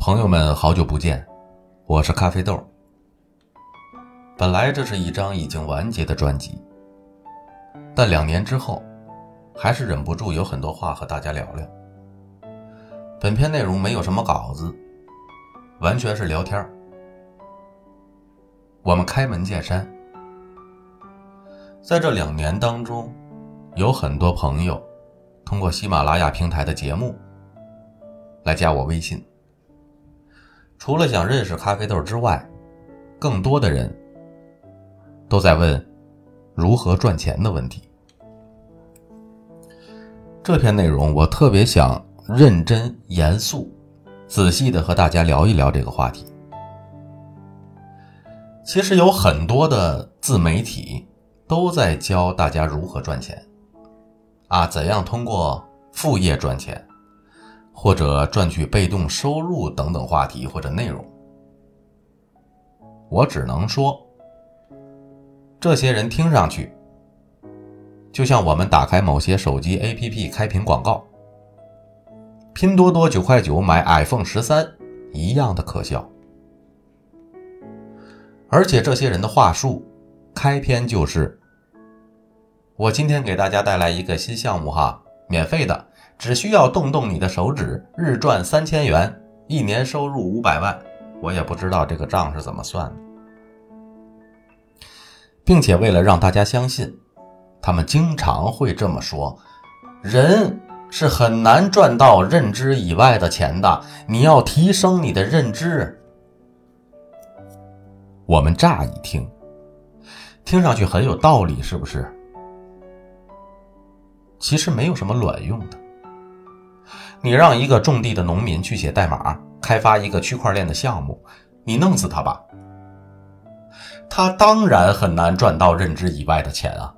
朋友们，好久不见，我是咖啡豆。本来这是一张已经完结的专辑，但2年之后，还是忍不住有很多话和大家聊聊。本篇内容没有什么稿子，完全是聊天。我们开门见山。在这2年当中，有很多朋友通过喜马拉雅平台的节目来加我微信。除了想认识咖啡豆之外，更多的人都在问如何赚钱的问题。这篇内容我特别想认真严肃仔细的和大家聊一聊这个话题。其实有很多的自媒体都在教大家如何赚钱怎样通过副业赚钱，或者赚取被动收入等等话题或者内容。我只能说，这些人听上去就像我们打开某些手机 APP 开屏广告，拼多多9块9买 iPhone 13一样的可笑。而且这些人的话术开篇就是我今天给大家带来一个新项目免费的，只需要动动你的手指，日赚3000元，一年收入500万。我也不知道这个账是怎么算的。并且为了让大家相信，他们经常会这么说，人是很难赚到认知以外的钱的，你要提升你的认知。我们乍一听，听上去很有道理，是不是？其实没有什么卵用的。你让一个种地的农民去写代码，开发一个区块链的项目，你弄死他吧。他当然很难赚到认知以外的钱啊。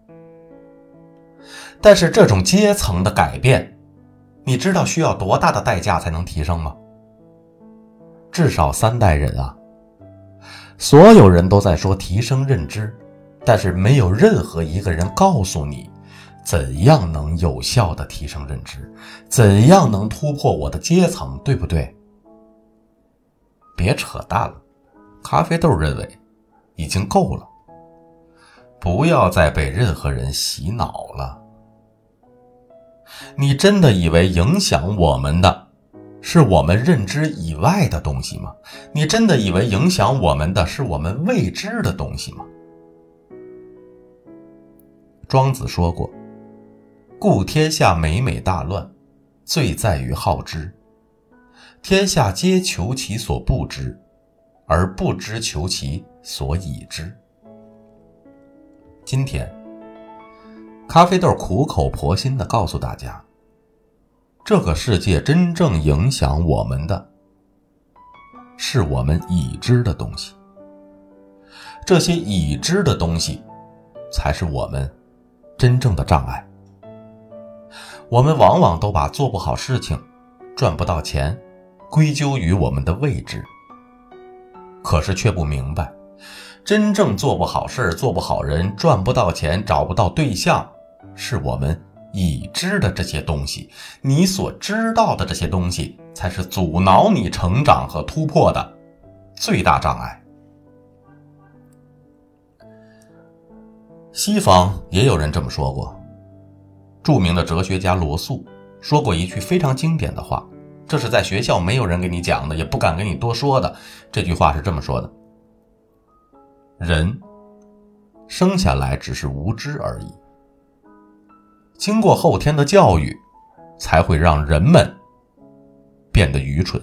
但是这种阶层的改变，你知道需要多大的代价才能提升吗？至少3代人啊。所有人都在说提升认知，但是没有任何一个人告诉你怎样能有效的提升认知，怎样能突破我的阶层，对不对？别扯淡了，咖啡豆认为已经够了，不要再被任何人洗脑了。你真的以为影响我们的是我们认知以外的东西吗？你真的以为影响我们的是我们未知的东西吗？庄子说过，故天下美美大乱，罪在于好之。天下皆求其所不知，而不知求其所以知。今天，咖啡豆苦口婆心地告诉大家，这个世界真正影响我们的是我们已知的东西，这些已知的东西才是我们真正的障碍。我们往往都把做不好事情，赚不到钱归咎于我们的未知，可是却不明白，真正做不好事、做不好人、赚不到钱、找不到对象，是我们已知的这些东西。你所知道的这些东西才是阻挠你成长和突破的最大障碍。西方也有人这么说过，著名的哲学家罗素说过一句非常经典的话，这是在学校没有人给你讲的，也不敢给你多说的。这句话是这么说的，人生下来只是无知而已，经过后天的教育，才会让人们变得愚蠢。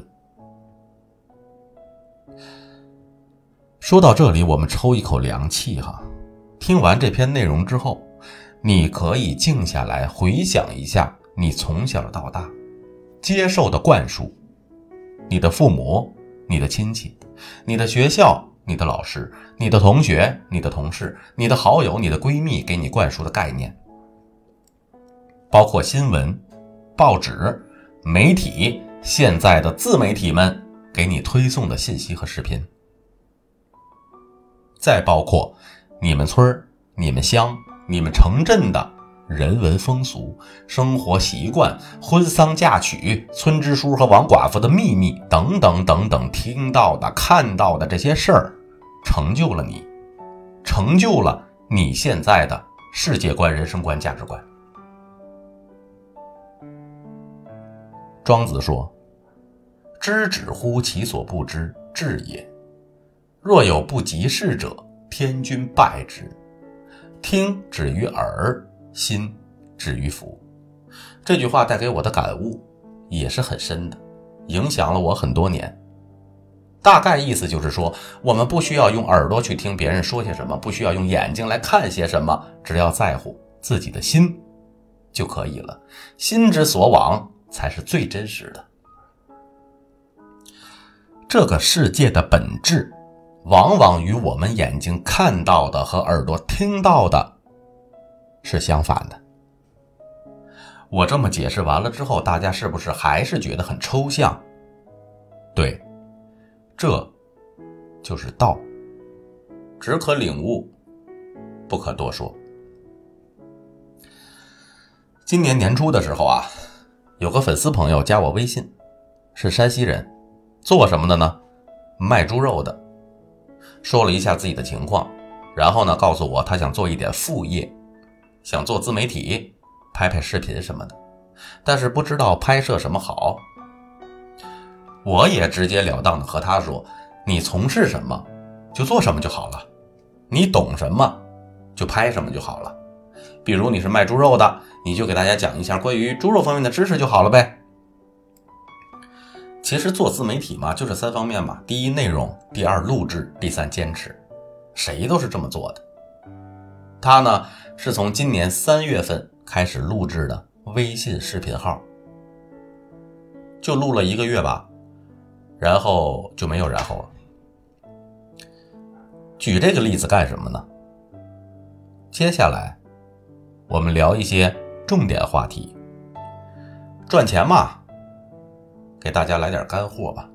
说到这里，我们抽一口凉气听完这篇内容之后，你可以静下来回想一下你从小到大接受的灌输，你的父母、你的亲戚、你的学校、你的老师、你的同学、你的同事、你的好友、你的闺蜜给你灌输的概念，包括新闻、报纸、媒体，现在的自媒体们给你推送的信息和视频，再包括你们村、你们乡、你们城镇的人文风俗、生活习惯、婚丧嫁娶、村支书和王寡妇的秘密等等等等，听到的、看到的这些事儿，成就了你，成就了你现在的世界观、人生观、价值观。庄子说：知止乎其所不知，智也。若有不及事者，天君拜之。听止于耳，心止于腹。这句话带给我的感悟也是很深的，影响了我很多年。大概意思就是说，我们不需要用耳朵去听别人说些什么，不需要用眼睛来看些什么，只要在乎自己的心就可以了。心之所往才是最真实的。这个世界的本质往往与我们眼睛看到的和耳朵听到的是相反的。我这么解释完了之后，大家是不是还是觉得很抽象？对，这就是道，只可领悟，不可多说。今年年初的时候啊，有个粉丝朋友加我微信，是山西人，做什么的呢？卖猪肉的。说了一下自己的情况，然后呢告诉我他想做一点副业，想做自媒体，拍拍视频什么的，但是不知道拍摄什么好。我也直截了当的和他说，你从事什么就做什么就好了，你懂什么就拍什么就好了。比如你是卖猪肉的，你就给大家讲一下关于猪肉方面的知识就好了呗。其实做自媒体嘛，就是3方面嘛，第一内容，第二录制，第三坚持，谁都是这么做的。他呢是从今年3月份开始录制的微信视频号，就录了1个月吧，然后就没有然后了。举这个例子干什么呢？接下来我们聊一些重点话题。赚钱嘛，给大家来点干货吧。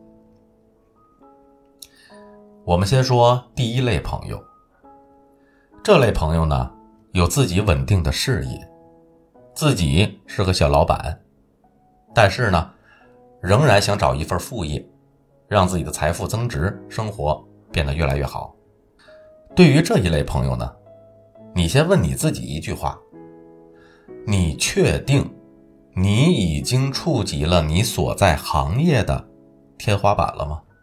我们先说第一类朋友。这类朋友呢，有自己稳定的事业，自己是个小老板，但是呢，仍然想找一份副业，让自己的财富增值，生活变得越来越好。对于这一类朋友呢，你先问你自己一句话：你确定你已经触及了你所在行业的天花板了吗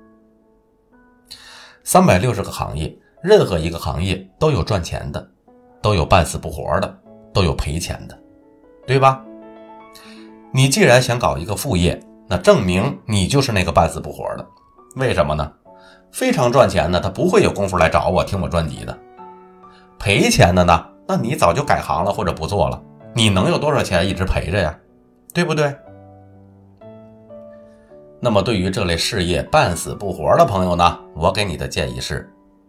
？360个行业，任何一个行业都有赚钱的，都有半死不活的，都有赔钱的，对吧？你既然想搞一个副业，那证明你就是那个半死不活的。为什么呢？非常赚钱的他不会有功夫来找我听我专辑的，赔钱的呢，那你早就改行了或者不做了，你能有多少钱一直赔着呀？对不对？那么对于这类事业半死不活的朋友呢，我给你的建议是，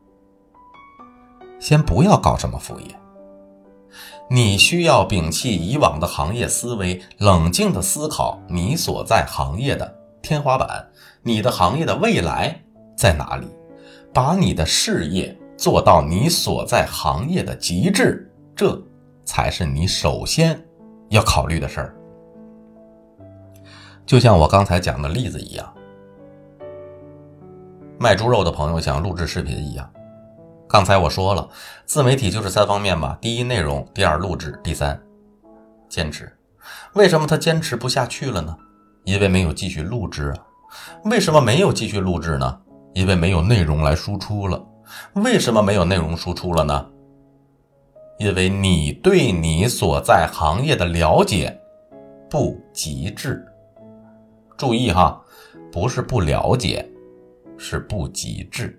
先不要搞什么副业。你需要摒弃以往的行业思维，冷静地思考你所在行业的天花板，你的行业的未来在哪里，把你的事业做到你所在行业的极致，这才是你首先要考虑的事儿。就像我刚才讲的例子一样，卖猪肉的朋友想录制视频一样，刚才我说了，自媒体就是3方面嘛，第一内容，第二录制，第三坚持。为什么他坚持不下去了呢？因为没有继续录制啊。为什么没有继续录制呢？因为没有内容来输出了。为什么没有内容输出了呢？因为你对你所在行业的了解不极致。注意哈，不是不了解，是不极致。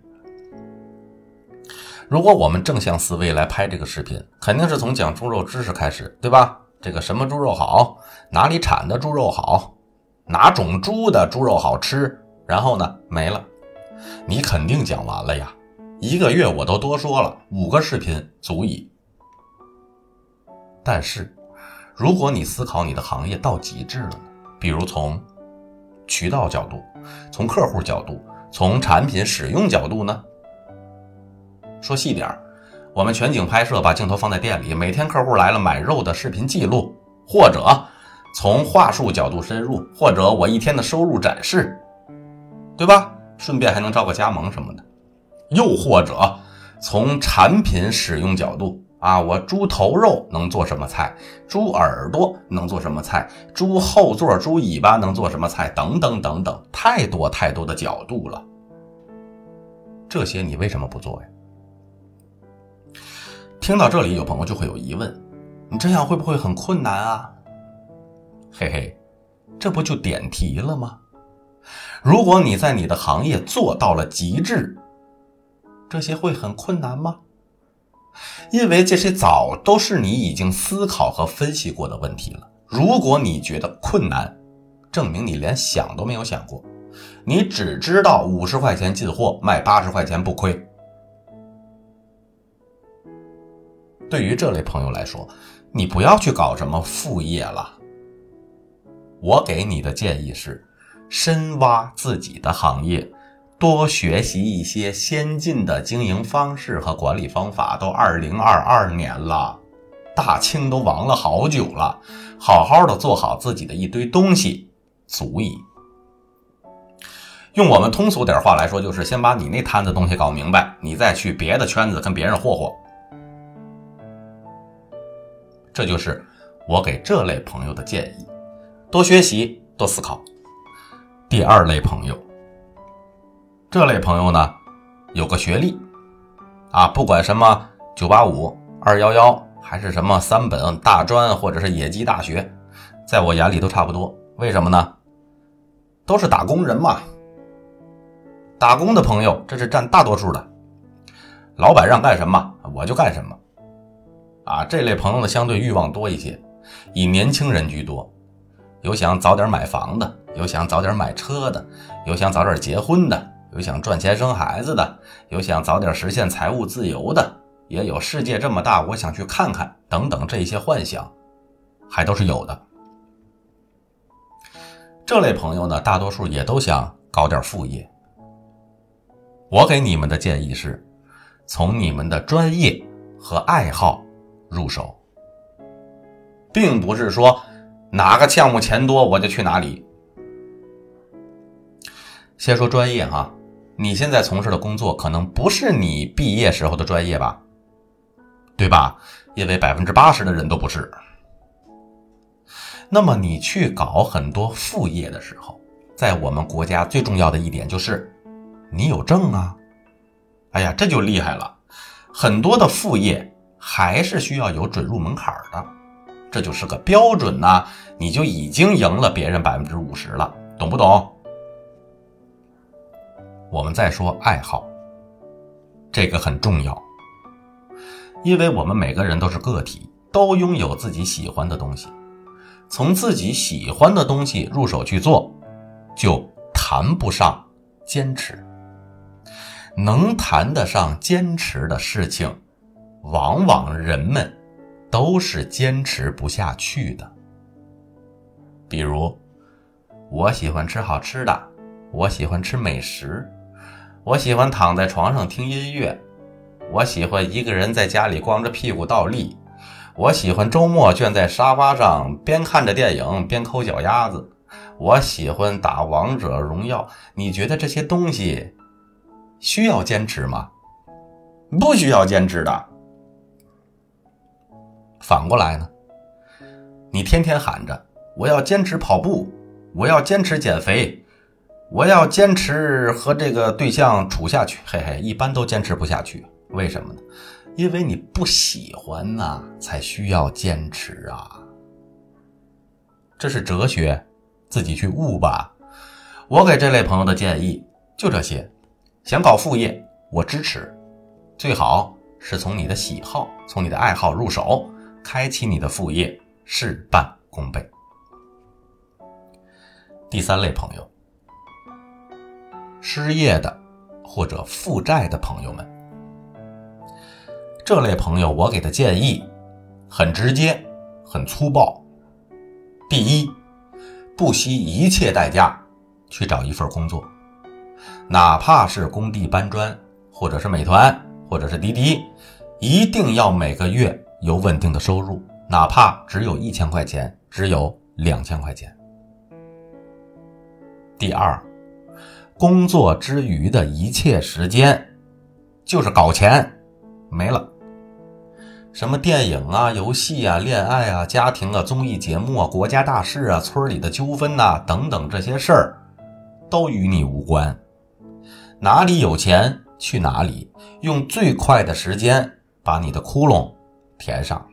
如果我们正向思维来拍这个视频，肯定是从讲猪肉知识开始，对吧？这个什么猪肉好，哪里产的猪肉好，哪种猪的猪肉好吃，然后呢没了，你肯定讲完了呀。1个月我都多说了，5个视频足矣。但是如果你思考你的行业到极致了呢，比如从渠道角度，从客户角度，从产品使用角度呢，说细点， 我们全景拍摄，把镜头放在店里，每天客户来了买肉的视频记录，或者从话术角度深入，或者我一天的收入展示，对吧？顺便还能招个加盟什么的。又或者从产品使用角度啊，我猪头肉能做什么菜，猪耳朵能做什么菜，猪后座、猪尾巴能做什么菜，等等等等，太多太多的角度了。这些你为什么不做呀？听到这里，有朋友就会有疑问，你这样会不会很困难啊？嘿嘿，这不就点题了吗？如果你在你的行业做到了极致，这些会很困难吗？因为这些早都是你已经思考和分析过的问题了。如果你觉得困难，证明你连想都没有想过，你只知道50块钱进货，卖80块钱不亏。对于这类朋友来说，你不要去搞什么副业了。我给你的建议是，深挖自己的行业，多学习一些先进的经营方式和管理方法。都2022年了，大清都亡了好久了，好好的做好自己的一堆东西足矣。用我们通俗点话来说，就是先把你那摊子东西搞明白，你再去别的圈子跟别人霍霍。这就是我给这类朋友的建议，多学习，多思考。第二类朋友，这类朋友呢，有个学历啊，不管什么985、211，还是什么3本大专，或者是野鸡大学，在我眼里都差不多。为什么呢？都是打工人嘛。打工的朋友，这是占大多数的。老板让干什么，我就干什么。啊，这类朋友的相对欲望多一些，以年轻人居多，有想早点买房的，有想早点买车的，有想早点结婚的，有想赚钱生孩子的，有想早点实现财务自由的，也有世界这么大我想去看看等等，这些幻想还都是有的。这类朋友呢，大多数也都想搞点副业。我给你们的建议是，从你们的专业和爱好入手，并不是说哪个项目钱多我就去哪里。先说专业哈，你现在从事的工作可能不是你毕业时候的专业吧，对吧？因为80%的人都不是。那么你去搞很多副业的时候，在我们国家最重要的一点就是你有证啊。哎呀，这就厉害了，很多的副业还是需要有准入门槛的，这就是个标准呢，你就已经赢了别人50%了，懂不懂？我们再说爱好，这个很重要，因为我们每个人都是个体，都拥有自己喜欢的东西，从自己喜欢的东西入手去做，就谈不上坚持。能谈得上坚持的事情，往往人们都是坚持不下去的。比如，我喜欢吃好吃的，我喜欢吃美食，我喜欢躺在床上听音乐，我喜欢一个人在家里光着屁股倒立，我喜欢周末倦在沙发上边看着电影边抠脚丫子，我喜欢打王者荣耀。你觉得这些东西需要坚持吗？不需要坚持的。反过来呢，你天天喊着我要坚持跑步，我要坚持减肥，我要坚持和这个对象处下去，嘿嘿，一般都坚持不下去。为什么呢？因为你不喜欢呐，才需要坚持啊。这是哲学，自己去悟吧。我给这类朋友的建议就这些，想搞副业我支持，最好是从你的喜好，从你的爱好入手，开启你的副业，事半功倍。第三类朋友，失业的或者负债的朋友们。这类朋友我给的建议很直接，很粗暴。第一，不惜一切代价去找一份工作，哪怕是工地搬砖，或者是美团，或者是滴滴， 一定要每个月有稳定的收入，哪怕只有1000块钱，只有2000块钱。第二，工作之余的一切时间就是搞钱，没了。什么电影啊、游戏啊、恋爱啊、家庭啊、综艺节目啊、国家大事啊、村里的纠纷啊等等这些事儿都与你无关。哪里有钱去哪里，用最快的时间把你的窟窿填上。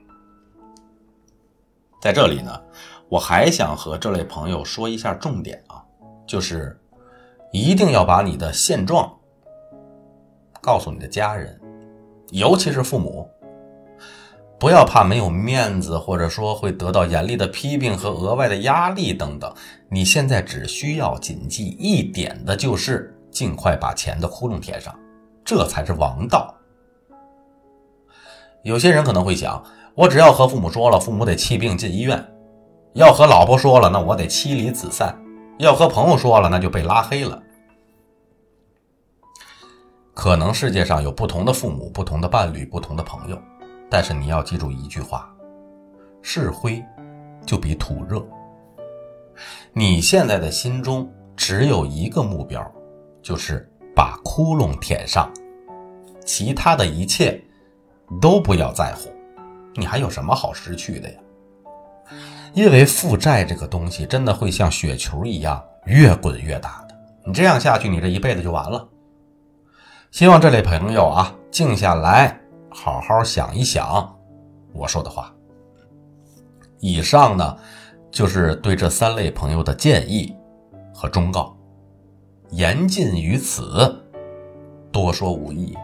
在这里呢，我还想和这类朋友说一下重点啊，就是一定要把你的现状告诉你的家人，尤其是父母。不要怕没有面子，或者说会得到严厉的批评和额外的压力等等，你现在只需要谨记一点的就是尽快把钱的窟窿填上，这才是王道。有些人可能会想，我只要和父母说了，父母得气病进医院；要和老婆说了，那我得妻离子散；要和朋友说了，那就被拉黑了。可能世界上有不同的父母、不同的伴侣、不同的朋友，但是你要记住一句话，是灰就比土热。你现在的心中只有一个目标，就是把窟窿填上，其他的一切都不要在乎，你还有什么好失去的呀？因为负债这个东西真的会像雪球一样越滚越大的，你这样下去，你这一辈子就完了。希望这类朋友啊，静下来好好想一想我说的话。以上呢，就是对这3类朋友的建议和忠告，言尽于此，多说无益。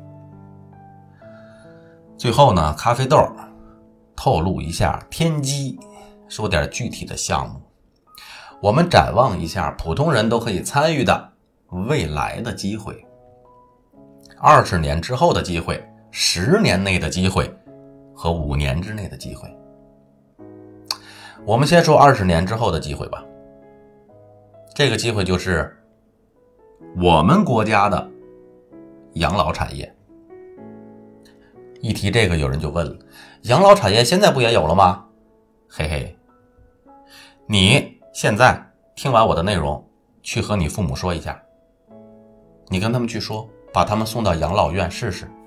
最后呢，咖啡豆透露一下天机，说点具体的项目，我们展望一下普通人都可以参与的未来的机会，20年之后的机会，10年内的机会和5年之内的机会。我们先说20年之后的机会吧。这个机会就是我们国家的养老产业。一提这个，有人就问了，养老产业现在不也有了吗？嘿嘿，你现在听完我的内容，去和你父母说一下，你跟他们去说，把他们送到养老院试试。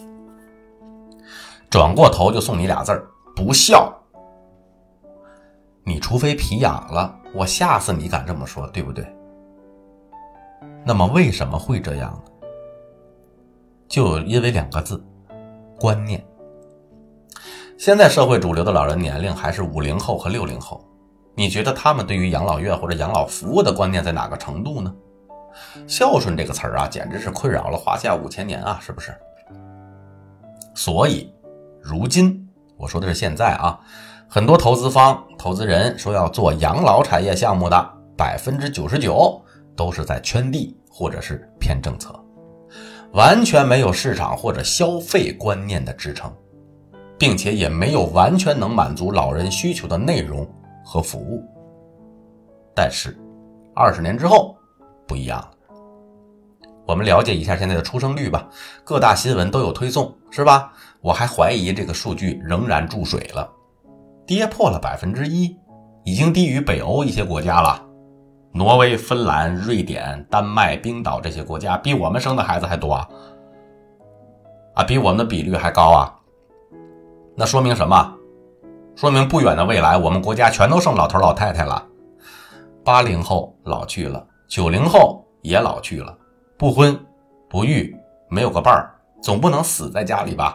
转过头就送你俩字儿，不孝。你除非皮痒了，我吓死你敢这么说，对不对？那么为什么会这样呢？就因为2个字，观念。现在社会主流的老人年龄还是50后和60后，你觉得他们对于养老院或者养老服务的观念在哪个程度呢？孝顺这个词儿啊，简直是困扰了华夏5000年啊，是不是？所以如今我说的是现在啊，很多投资方、投资人说要做养老产业项目的99%都是在圈地或者是偏政策，完全没有市场或者消费观念的支撑，并且也没有完全能满足老人需求的内容和服务。但是20年之后不一样了。我们了解一下现在的出生率吧，各大新闻都有推送，是吧？我还怀疑这个数据仍然注水了，跌破了1%，已经低于北欧一些国家了。挪威、芬兰、瑞典、丹麦、冰岛这些国家比我们生的孩子还多啊，比我们的比率还高啊。那说明什么？说明不远的未来我们国家全都剩老头老太太了。80后老去了，90后也老去了，不婚不育，没有个伴儿，总不能死在家里吧。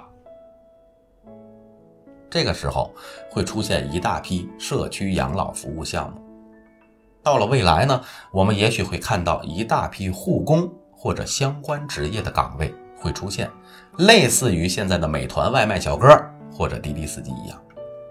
这个时候会出现一大批社区养老服务项目。到了未来呢，我们也许会看到一大批护工或者相关职业的岗位会出现，类似于现在的美团外卖小哥或者滴滴司机一样。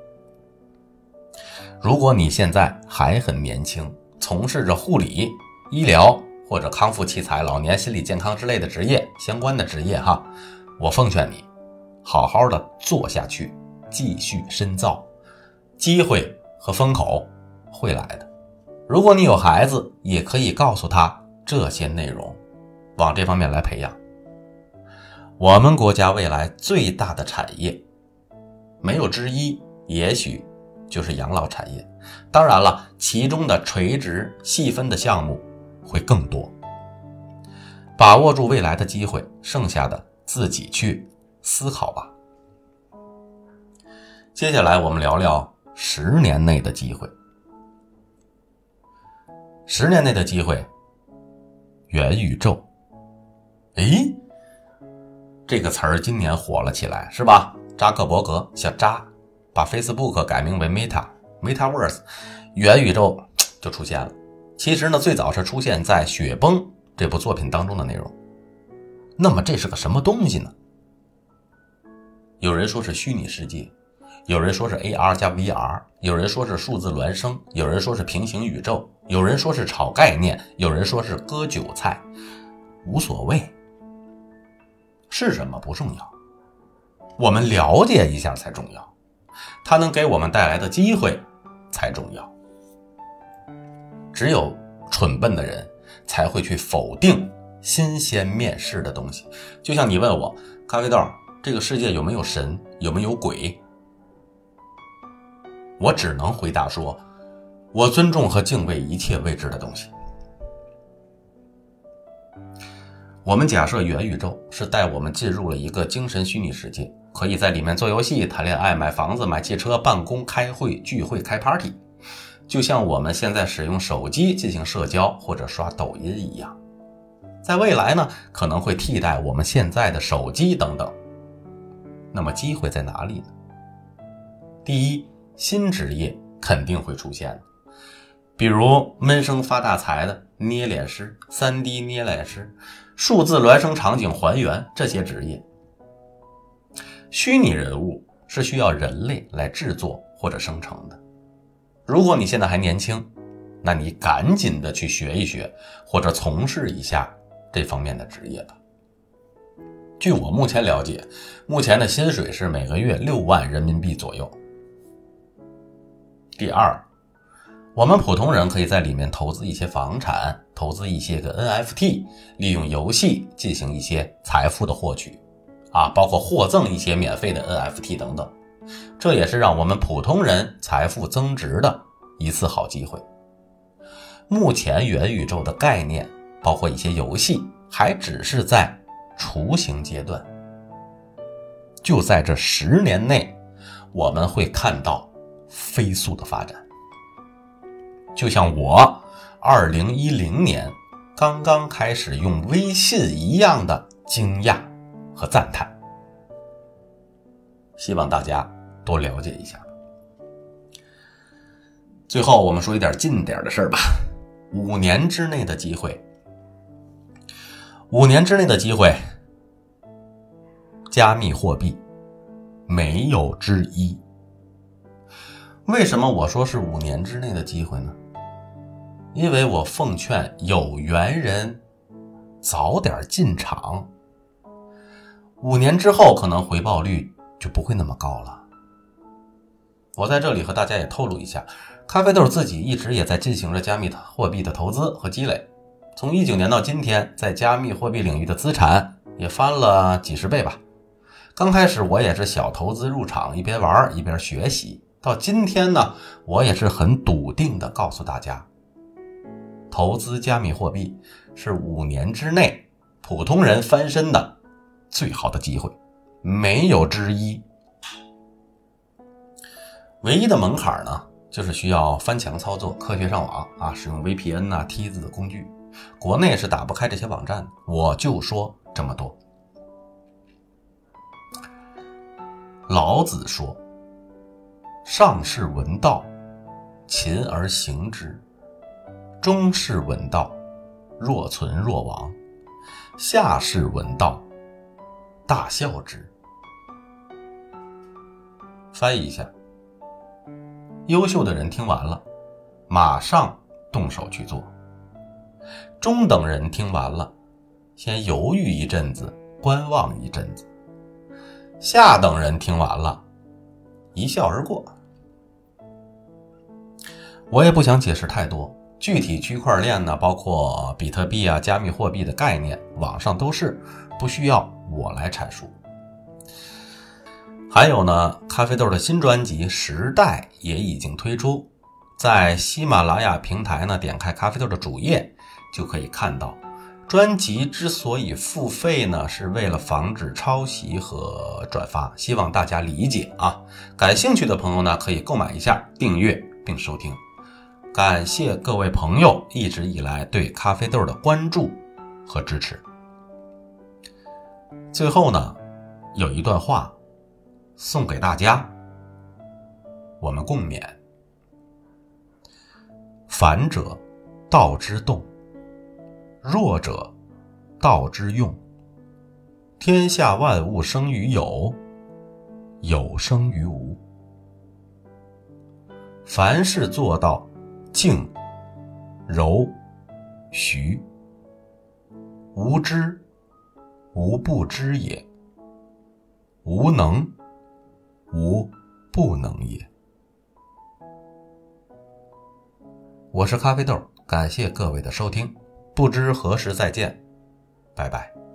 如果你现在还很年轻，从事着护理、医疗或者康复器材、老年心理健康之类的职业相关的职业哈，我奉劝你好好的做下去，继续深造，机会和风口会来的。如果你有孩子，也可以告诉他这些内容，往这方面来培养。 我们国家未来最大的产业，没有之一，也许就是养老产业。当然了，其中的垂直细分的项目会更多。把握住未来的机会，剩下的自己去思考吧。接下来我们聊聊10年内的机会。10年内的机会，元宇宙。这个词儿今年火了起来，是吧？扎克伯格小扎把 Facebook 改名为 Metaverse， 元宇宙就出现了。其实呢，最早是出现在《雪崩》这部作品当中的内容。那么这是个什么东西呢？有人说是虚拟世界，有人说是 AR 加 VR， 有人说是数字孪生，有人说是平行宇宙，有人说是炒概念，有人说是割韭菜，无所谓。是什么不重要，我们了解一下才重要，它能给我们带来的机会才重要。只有蠢笨的人才会去否定新鲜面世的东西。就像你问我，咖啡豆，这个世界有没有神，有没有鬼？我只能回答说，我尊重和敬畏一切未知的东西。我们假设元宇宙是带我们进入了一个精神虚拟世界，可以在里面做游戏、谈恋爱、买房子、买汽车、办公、开会、聚会、开 party， 就像我们现在使用手机进行社交或者刷抖音一样。在未来呢，可能会替代我们现在的手机等等。那么机会在哪里呢？第一，新职业肯定会出现的，比如闷声发大财的捏脸师、3D 捏脸师、数字孪生场景还原这些职业。虚拟人物是需要人类来制作或者生成的。如果你现在还年轻，那你赶紧的去学一学，或者从事一下这方面的职业吧。据我目前了解，目前的薪水是每个月6万人民币左右。第二，我们普通人可以在里面投资一些房产，投资一些个 NFT， 利用游戏进行一些财富的获取包括获赠一些免费的 NFT 等等。这也是让我们普通人财富增值的一次好机会。目前元宇宙的概念包括一些游戏还只是在雏形阶段，就在这10年内我们会看到飞速的发展。就像我2010年刚刚开始用微信一样的惊讶和赞叹。希望大家多了解一下。最后我们说一点近点的事儿吧。5年之内的机会，5年之内的机会，加密货币没有之一。为什么我说是5年之内的机会呢？因为我奉劝有缘人早点进场，5年之后可能回报率就不会那么高了。我在这里和大家也透露一下，咖啡豆自己一直也在进行着加密货币的投资和积累。从19年到今天，在加密货币领域的资产也翻了几十倍吧。刚开始我也是小投资入场，一边玩一边学习。到今天呢，我也是很笃定的告诉大家，投资加密货币是5年之内普通人翻身的最好的机会，没有之一。唯一的门槛呢，就是需要翻墙操作、科学上网使用 VPN 梯子的工具。国内是打不开这些网站，我就说这么多。老子说，上士闻道，勤而行之；中士闻道，若存若亡；下士闻道，大笑之。翻译一下，优秀的人听完了，马上动手去做；中等人听完了，先犹豫一阵子，观望一阵子；下等人听完了，一笑而过。我也不想解释太多，具体区块链呢，包括比特币加密货币的概念，网上都是，不需要我来阐述。还有呢，咖啡豆的新专辑《时代》也已经推出，在喜马拉雅平台呢，点开咖啡豆的主页就可以看到。专辑之所以付费呢，是为了防止抄袭和转发，希望大家理解啊。感兴趣的朋友呢，可以购买一下，订阅并收听。感谢各位朋友一直以来对咖啡豆的关注和支持。最后呢，有一段话送给大家，我们共勉。凡者，道之动；弱者，道之用。天下万物生于有，有生于无。凡事做到静、柔、徐，无知，无不知也；无能，无不能也。我是咖啡豆，感谢各位的收听，不知何时再见，拜拜。